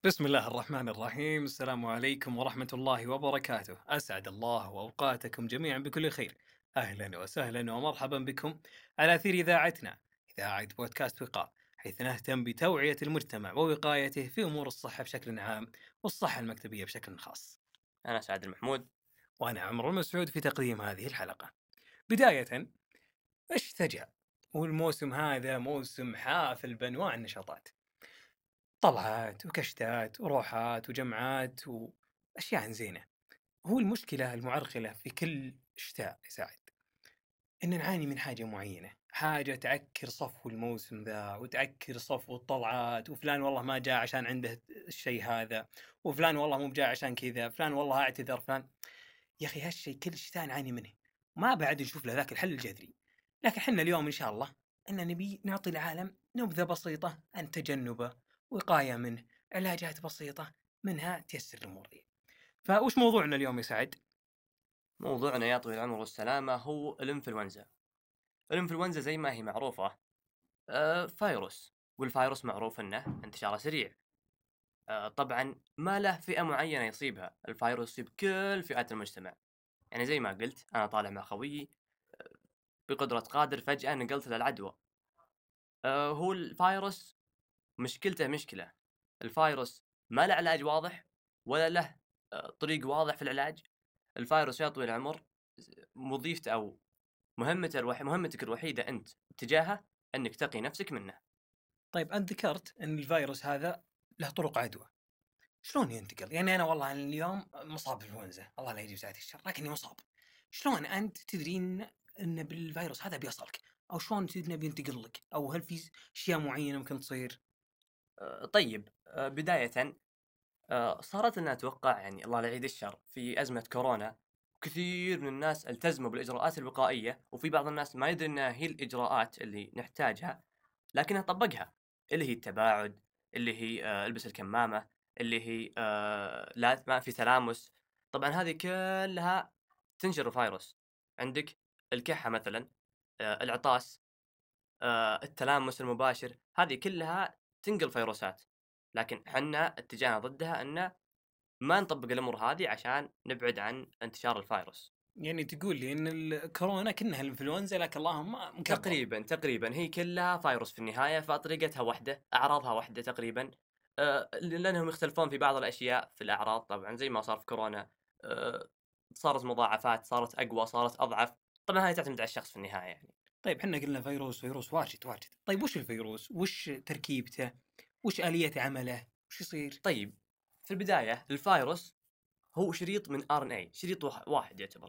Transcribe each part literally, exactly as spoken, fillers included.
بسم الله الرحمن الرحيم، السلام عليكم ورحمة الله وبركاته، أسعد الله أوقاتكم جميعا بكل خير. أهلا وسهلا ومرحبا بكم على أثير إذاعتنا، إذاعة بودكاست وقاء، حيث نهتم بتوعية المجتمع ووقايته في أمور الصحة بشكل عام والصحة المكتبية بشكل خاص. أنا سعد المحمود. وأنا عمرو المسعود في تقديم هذه الحلقة. بداية، الشتاء والموسم هذا موسم حافل بأنواع النشاطات، طلعات وكشتات وروحات وجمعات وأشياء زينة. هو المشكلة المعرقلة في كل شتاء يا سعد إن نعاني من حاجة معينة، حاجة تعكر صفو الموسم ذا وتعكر صفو الطلعات، وفلان والله ما جاء عشان عنده الشيء هذا، وفلان والله مو بجاء عشان كذا، فلان والله اعتذر فلان. يا أخي هالشيء كل شتاء نعاني منه، ما بعد نشوف له ذاك الحل الجذري. لكن حنا اليوم إن شاء الله إن نبي نعطي العالم نبذة بسيطة عن تجنبه، وقاية منه، علاجات بسيطة منها تيسر الأمور ذي. فوش موضوعنا اليوم يا سعد؟ موضوعنا يا طويل العمر والسلامة هو الإنفلونزا. الإنفلونزا زي ما هي معروفة، آه فيروس، والفيروس معروف أنه انتشاره سريع. آه طبعا ما له فئة معينة يصيبها، الفيروس يصيب كل فئات المجتمع. يعني زي ما قلت أنا طالع مع خويي بقدرة قادر فجأة نقلت له العدوى. آه هو الفيروس مشكلته مشكلة، الفيروس ما له علاج واضح ولا له آه طريق واضح في العلاج. الفيروس يا طويل العمر وظيفته أو مهمته الوح... مهمتك الوحيدة أنت تجاهه أنك تقي نفسك منه. طيب أنت ذكرت أن الفيروس هذا له طرق عدوى، شلون ينتقل؟ يعني أنا والله اليوم مصاب بالإنفلونزا، الله لا يجيب ساعة الشر، لكني مصاب. شلون أنت تدري إن إن بالفيروس هذا بيصلك؟ أو شلون تدري إنه بينتقل لك؟ أو هل في أشياء معينة ممكن تصير؟ أه طيب، أه بداية، أه صارت لنا أتوقع يعني الله لا يعيد الشر في أزمة كورونا. كثير من الناس التزموا بالإجراءات الوقائية، وفي بعض الناس ما يدري أنها هي الإجراءات اللي نحتاجها لكنها طبقها، اللي هي التباعد، اللي هي أه البس الكمامة، اللي هي أه لا ما في تلامس. طبعا هذه كلها تنشر الفيروس. عندك الكحة مثلا، أه العطاس، آآ التلامس المباشر، هذه كلها تنقل فيروسات، لكن حنا اتجاهنا ضدها إنه ما نطبّق الأمور هذه عشان نبعد عن انتشار الفيروس. يعني تقول لي إن الكورونا كأنها الإنفلونزا لكن اللهم مكبّر. تقريبًا، تقريبًا هي كلها فيروس في النهاية، فطريقتها واحدة، أعراضها واحدة تقريبًا. آآ لأنهم يختلفون في بعض الأشياء في الأعراض طبعًا زي ما صار في كورونا. آآ صارت مضاعفات، صارت أقوى، صارت أضعف، طبعًا هذه تعتمد على الشخص في النهاية يعني. طيب حنا قلنا فيروس، فيروس واجد واجد. طيب وش الفيروس؟ وش تركيبته؟ وش آلية عمله؟ وش يصير؟ طيب، في البداية الفيروس هو شريط من آر إن إيه، شريط واح واحد يعتبر.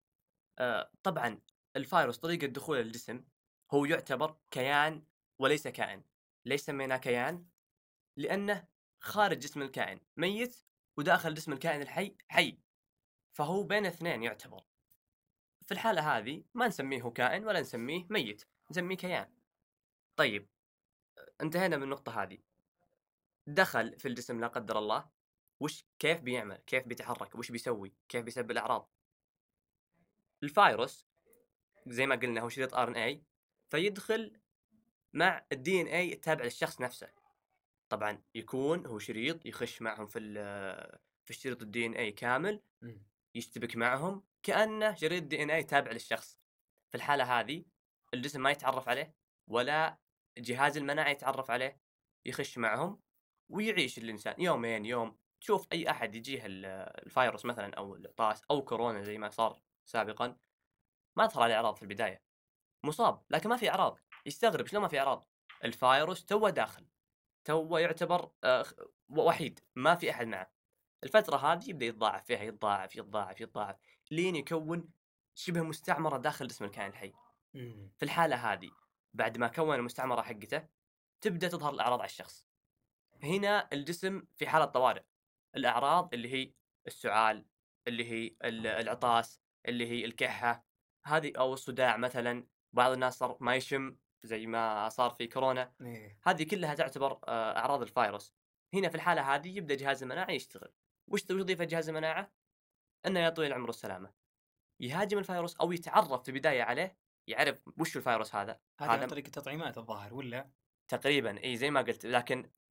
آآ طبعًا الفيروس طريقة دخوله للجسم هو يُعتبر كيان وليس كائن. ليش سميناه كيان؟ لأنه خارج جسم الكائن ميت، وداخل جسم الكائن الحي حي، فهو بين الاثنين يُعتبر. في الحالة هذه ما نسميه هو كائن ولا نسميه ميت، نسميه كيان. طيب، انتهينا من النقطة هذه، دخل في الجسم لا قدر الله، وش كيف بيعمل؟ كيف بيتحرك؟ وش بيسوي؟ كيف بيسبب الأعراض؟ الفيروس زي ما قلنا هو شريط آر إن إيه، فيدخل مع الدي إن إيه التابع للشخص نفسه. طبعًا يكون هو شريط يخش معهم في ال في الشريط الدي إن إيه كامل، إمم. يشتبك معهم كأنه شريط دي إن إيه تابع للشخص. في الحالة هذه الجسم ما يتعرف عليه، ولا جهاز المناعة يتعرف عليه، يخش معهم ويعيش الإنسان يومين، يوم. تشوف أي أحد يجيه ال الفيروس مثلًا أو الطاس أو كورونا زي ما صار سابقًا، ما تظهر عليه أعراض في البداية، مصاب لكن ما في أعراض، يستغرب شلون ما في أعراض؟ الفيروس توه داخل. توه يعتبر آآ خ وحيد، ما في أحد معه. الفترة هذه يبدأ يتضاعف فيها، يتضاعف، يتضاعف، يتضاعف، لين يكوّن شبه مستعمرة داخل جسم الكائن الحي. إمم. في الحالة هذه بعد ما كوّن المستعمرة حقته، تبدأ تظهر الأعراض على الشخص. هنا الجسم في حالة طوارئ. الأعراض اللي هي السعال، اللي هي ال العطاس، اللي هي الكحة، هذه أو الصداع مثلًا. بعض الناس صار ما يشم زي ما صار في كورونا. إيه. هذه كلها تعتبر آآ أعراض الفيروس. هنا في الحالة هذه يبدأ جهاز المناعة يشتغل. وش وظيفة جهاز المناعة؟ إنه يا طويل العمر والسلامة يهاجم الفيروس أو يتعرف في البداية عليه، يعرف وش الفيروس هذا. هذه عن هذا طريق التطعيمات الظاهر والّا؟ تقريبًا إي زي ما قلت، لكن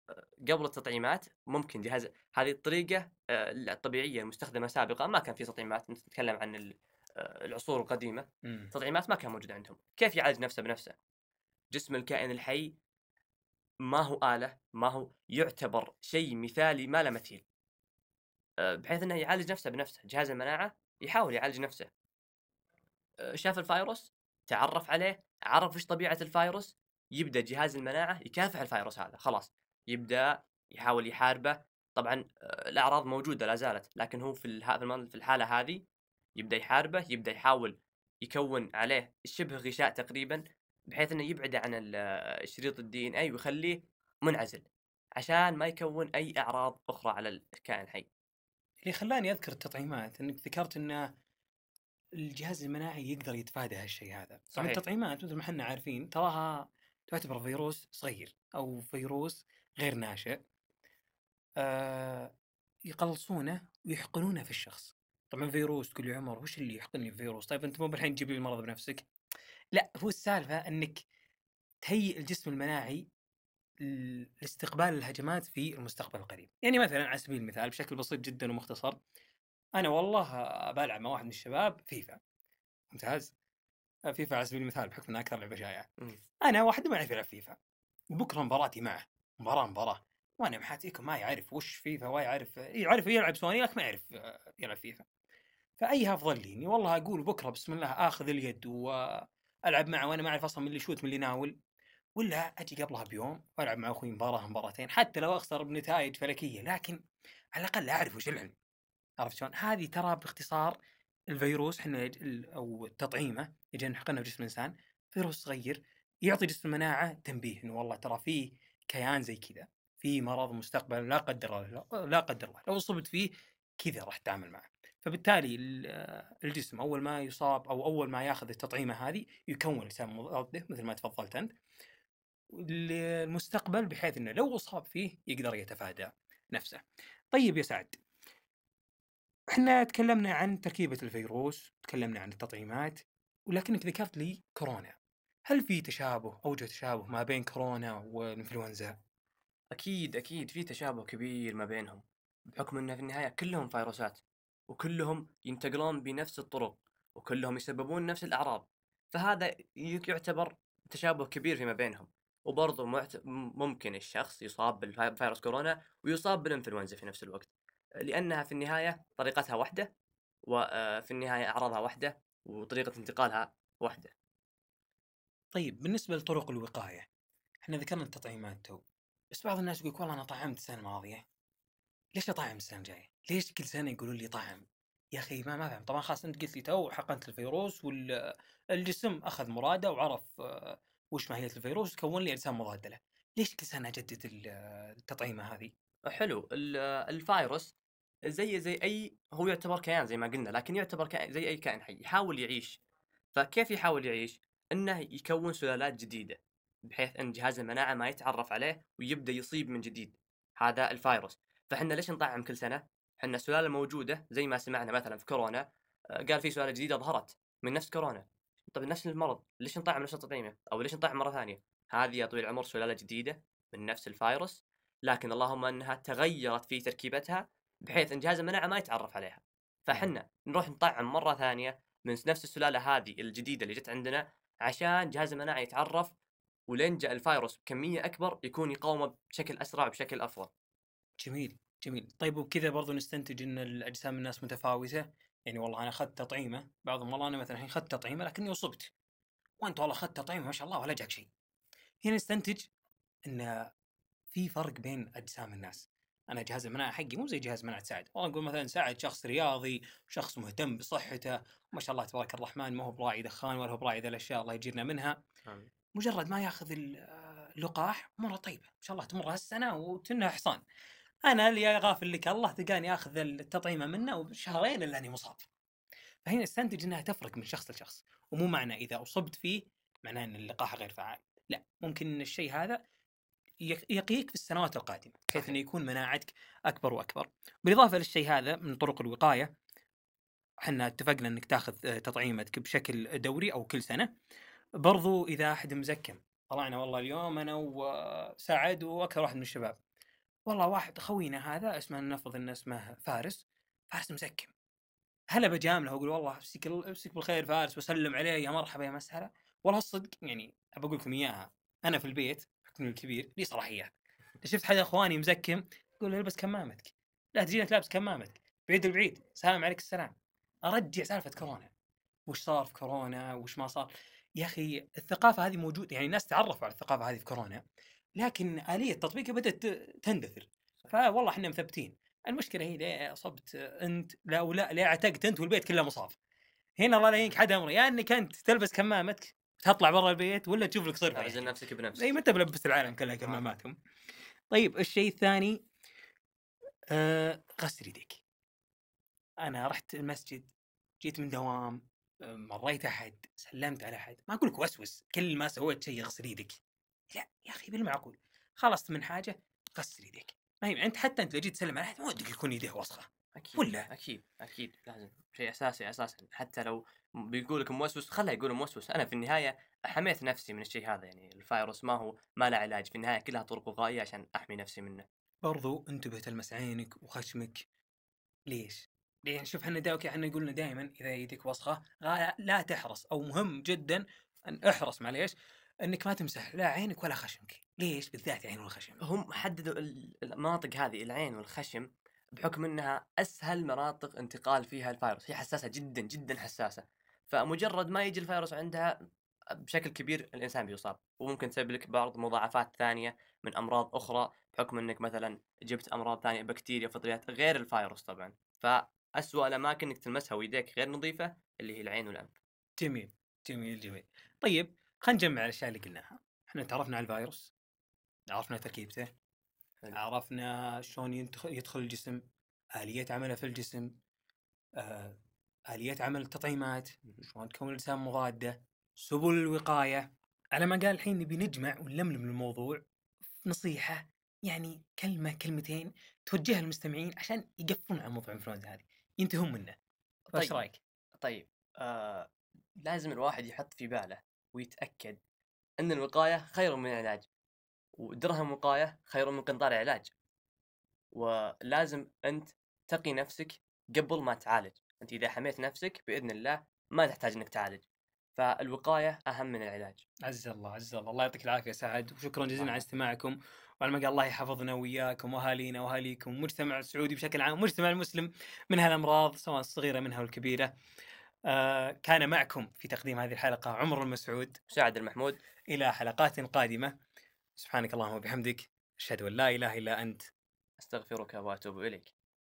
قبل التطعيمات ممكن جهاز هذه الطريقة آآ الطبيعية المستخدمة سابقًا ما كان في تطعيمات، نتكلم عن ال آآ العصور القديمة، إمم. التطعيمات ما كان موجودة عندهم، كيف يعالج نفسه بنفسه؟ جسم الكائن الحي ما هو آلة، ما هو يعتبر شيء مثالي ما له مثيل، آآ بحيث إنه يعالج نفسه بنفسه، جهاز المناعة يحاول يعالج نفسه، آآ شاف الفيروس، تعرف عليه، عرف إيش طبيعة الفيروس، يبدأ جهاز المناعة يكافح الفيروس هذا، خلاص يبدأ يحاول يحاربه، طبعًا آآ الأعراض موجودة لا زالت، لكن هو في الها في الم في الحالة هذه يبدأ يحاربه، يبدأ يحاول يكوّن عليه شبه غشاء تقريبًا، بحيث إنه يبعده عن ال شريط الدي إن إيه ويخليه منعزل، عشان ما يكوّن أي أعراض أخرى على الكائن الحي. اللي خلّاني أذكر التطعيمات إنك ذكرت إن الجهاز المناعي يقدر يتفادى هالشيء هذا. طبعًا صحيح، التطعيمات مثل ما إحنا عارفين تراها تعتبر فيروس صغير أو فيروس غير ناشئ، آآ يقلصونه ويحقنونه في الشخص. طبعًا فيروس تقول لي: "عمر وش اللي يحقنني بفيروس؟ طيب أنت مو بالحين تجيب لي المرض بنفسك." لأ، هو السالفة إنك تهيئ الجسم المناعي ل لاستقبال الهجمات في المستقبل القريب. يعني مثلًا على سبيل المثال بشكل بسيط جدًا ومختصر، أنا والله بالعب مع واحد من الشباب فيفا، ممتاز؟ فيفا على سبيل المثال بحكم انها اكثر لعبه شائعه. إمم، انا واحد ما يعرف يلعب فيفا، وبكره مباراتي معه، مباراه مباراه، وانا محاتيكم ما يعرف وش فيفا ولا يعرف يعرف يلعب سوني لكن ما يعرف آه، يلعب فيفا. فاي افضل لي اني والله اقول بكره بسم الله اخذ اليد والعب معه وانا ما اعرف اصلا من اللي يشوت من اللي يناول، ولا اجي قبلها بيوم والعب مع اخوي مباراه مباراتين حتى لو اخسر بنتائج فلكيه، لكن على الاقل اعرف وش العلم. عرفت شلون؟ هذه ترى باختصار الفيروس احنا يج- ال- او تطعيمه يجي نحقنه في جسم الانسان، فيروس صغير يعطي جسم المناعه تنبيه انه والله ترى في كيان زي كذا، في مرض مستقبلا لا قدر الله لا لا قدر الله لو اصبت فيه كذا راح تتعامل معه. فبالتالي ال- الجسم اول ما يصاب او اول ما ياخذ التطعيمه هذه يكون اجسام مضاده مثل ما تفضلت انت للمستقبل، بحيث انه لو اصاب فيه يقدر يتفادى نفسه. طيب يا سعد، إحنا تكلمنا عن تركيبة الفيروس، تكلمنا عن التطعيمات، ولكنك ذكرت لي كورونا. هل في تشابه، أوجه تشابه ما بين كورونا والإنفلونزا؟ أكيد، أكيد في تشابه كبير ما بينهم، بحكم إنه في النهاية كلهم فيروسات، وكلهم ينتقلون بنفس الطرق، وكلهم يسببون نفس الأعراض، فهذا ي يعتبر تشابه كبير فيما بينهم، وبرضه معت م ممكن الشخص يصاب بالفي بفيروس كورونا ويصاب بالإنفلونزا في نفس الوقت، لأنها في النهاية طريقتها واحدة، وآآ في النهاية أعراضها واحدة، وطريقة انتقالها واحدة. طيب بالنسبة لطرق الوقاية، إحنا ذكرنا التطعيمات تو، بس بعض الناس يقول لك والله أنا طعمت السنة الماضية، ليش أطعم السنة الجاية؟ ليش كل سنة يقولون لي طعم؟ يا أخي ما ما فهمت. طبعا خلاص أنت قلت لي تو حقنت الفيروس والجسم أخذ مراده وعرف آه، وش ماهية الفيروس وكون لي أجسام مضادة له. ليش كل سنة أجدد ال- التطعيمة هذه؟ حلو ال الفايروس زيه زي أي هو يعتبر كيان زي ما قلنا، لكن يعتبر كائن زي أي كائن حي، يحاول يعيش، فكيف يحاول يعيش؟ إنه يكوّن سلالات جديدة، بحيث إن جهاز المناعة ما يتعرف عليه ويبدأ يصيب من جديد، هذا الفايروس، فإحنا ليش نطعم كل سنة؟ إحنا السلالة موجودة زي ما سمعنا مثلًا في كورونا، آآ قال في سلالة جديدة ظهرت من نفس كورونا، طب نفس المرض ليش نطعم نفس التطعيمة؟ أو ليش نطعم مرة ثانية؟ هذه يا طويل العمر سلالة جديدة من نفس الفايروس، لكن اللهم أنها تغيّرت في تركيبتها بحيث إن جهاز المناعة ما يتعرّف عليها، مم. فحنا نروح نطعّم مرّة ثانية من س نفس السلالة هذه الجديدة اللي جت عندنا، عشان جهاز المناعة يتعرّف ولين جاء الفيروس بكمية أكبر يكون يقاومه بشكل أسرع وبشكل أفضل. جميل، جميل. طيب وبكذا برضو نستنتج إن الأجسام الناس متفاوتة؟ يعني والله أنا أخذت تطعيمة، بعضهم والله أنا مثلًا الحين أخذت تطعيمة لكني أُصبت، وأنت والله أخذت تطعيمة ما شاء الله ولا جاك شيء. هنا نستنتج إن في فرق بين أجسام الناس. أنا جهاز المناعة حقي مو زي جهاز مناعة سعد، والله نقول مثلًا سعد شخص رياضي، شخص مهتم بصحته، وما شاء الله تبارك الرحمن ما هو براعي دخان ولا هو براعي ذا الأشياء الله يجيرنا منها. آمين. مجرد ما ياخذ ال آه، اللقاح أموره طيبة، ما شاء الله تمر هالسنة وتنها حصان. أنا اللي غافل لك الله تلقاني آخذ التطعيمة منه وبشهرين إلا إني مصاب. فهنا استنتج إنها تفرق من شخص لشخص، ومو معنى إذا أصبت فيه معناه إن اللقاح غير فعال، لا، ممكن إن الشيء هذا يق- يقيك في السنوات القادمة بحيث إنه صحيح. يكون مناعتك أكبر وأكبر. بالإضافة للشيء هذا من طرق الوقاية، احنا اتفقنا انك تاخذ آه، تطعيمتك بشكل دوري او كل سنه. برضو اذا احد مزكم، طلعنا والله اليوم انا وسعد واكثر واحد من الشباب، والله واحد خوينا هذا اسمه نفرض إنه اسمه فارس، فارس مسكّن، هلا باجامله واقول والله امسك ال امسك بالخير فارس واسلم عليه يا مرحبا يا مسهلا، والله الصدق يعني ابى اقول لكم اياها، انا في البيت بحكم إني الكبير لي صلاحيات، إذا شفت حد اخواني مزكم اقول له البس كمامتك، لا تجيني أنت لابس كمامتك، بعيد البعيد سلام عليك السلام، ارجع سالفة كورونا، وش صار في كورونا وش ما صار، يا اخي الثقافة هذه موجودة يعني الناس تعرفوا على الثقافة هذه في كورونا، لكن آلية تطبيقها بدأت ت- تندثر، صحيح. فوالله احنا مثبتين، المشكلة هي ليه أصبت أنت لا ولا ليه اعتقت أنت والبيت كله مصاب، هنا الله لا يعينك حد أمره، يا إنك أنت تلبس كمامتك وتطلع برا البيت ولا تشوف لك صرفة يا اعزل أخي، نفسك زي ما بنفسك. أنت ملبس العالم كلها آه. كماماتهم. طيب الشيء الثاني آآ غسل يديك، أنا رحت المسجد، جيت من دوام، آآ مريت أحد، سلمت على أحد، ما أقول لك وسوس، كل ما سويت شيء اغسل يدك، لأ يا أخي بالمعقول، خلصت من حاجة غسل يديك، ما هي أنت حتى أنت لو جيت تسلم على أحد ما ودك يكون يديه وسخة، اكيد والّا؟ اكيد اكيد لازم، شيء اساسي اساسا. حتى لو بيقول لك موسوس خله يقول موسوس، انا في النهايه حميت نفسي من الشيء هذا. يعني الفيروس ما هو ما له علاج، في النهايه كلها طرق وقائيه عشان احمي نفسي منه. برضو انتبه تلمس عينك وخشمك، ليش؟ لأن شوف احنا دا اوكي احنا قلنا دائما اذا يدك وسخه غا- لا تحرص او مهم جدا ان احرص معليش انك ما تمسح لا عينك ولا خشمك، ليش بالذات العين والخشم؟ هم حددوا ال- المناطق هذه، العين والخشم، بحكم انها اسهل مناطق انتقال فيها الفيروس، هي حساسه جدا جدا حساسه. فمجرد ما يجي الفيروس عندها بشكل كبير الانسان بيصاب، وممكن تسبب لك بعض مضاعفات ثانيه من امراض اخرى، بحكم انك مثلا جبت امراض ثانيه، بكتيريا، فطريات، غير الفيروس طبعا. فاسوأ الاماكن انك تلمسها ويديك غير نظيفه اللي هي العين والانف. جميل جميل جميل. طيب خلينا نجمع الاشياء اللي قلناها، احنا تعرفنا على الفيروس، عرفنا تركيبته، حلو. عرفنا شلون يدخل يدخل الجسم، آلية عمله في الجسم، آه، آلية عمل التطعيمات، مهم. شلون تكون الإنسان مضادة، سبل الوقاية، على ما قال الحين نبي نجمع ونلملم الموضوع في نصيحة، يعني كلمة كلمتين توجهها للمستمعين عشان يقفون على موضوع الإنفلونزا هذه، ينتهون منه، فايش طيب. رأيك؟ طيب. آه لازم الواحد يحط في باله ويتاكد ان الوقايه خير من العلاج، ودرهم وقايه خير من قنطار علاج. ولازم انت تقي نفسك قبل ما تعالج. انت اذا حميت نفسك باذن الله ما تحتاج انك تعالج. فالوقايه اهم من العلاج. عز الله عز الله، الله يعطيك العافية سعد، وشكرا الله جزيلا على يعافيك. استماعكم، وعلى ما قال الله يحفظنا وإياكم وأهالينا وأهاليكم والمجتمع السعودي بشكل عام والمجتمع المسلم من هالأمراض سواء الصغيرة منها والكبيرة. آه كان معكم في تقديم هذه الحلقة عمر المسعود، مساعد المحمود. إلى حلقات قادمة، سبحانك اللهم وبحمدك، أشهد أن لا إله إلا أنت. استغفرك واتوب اليك.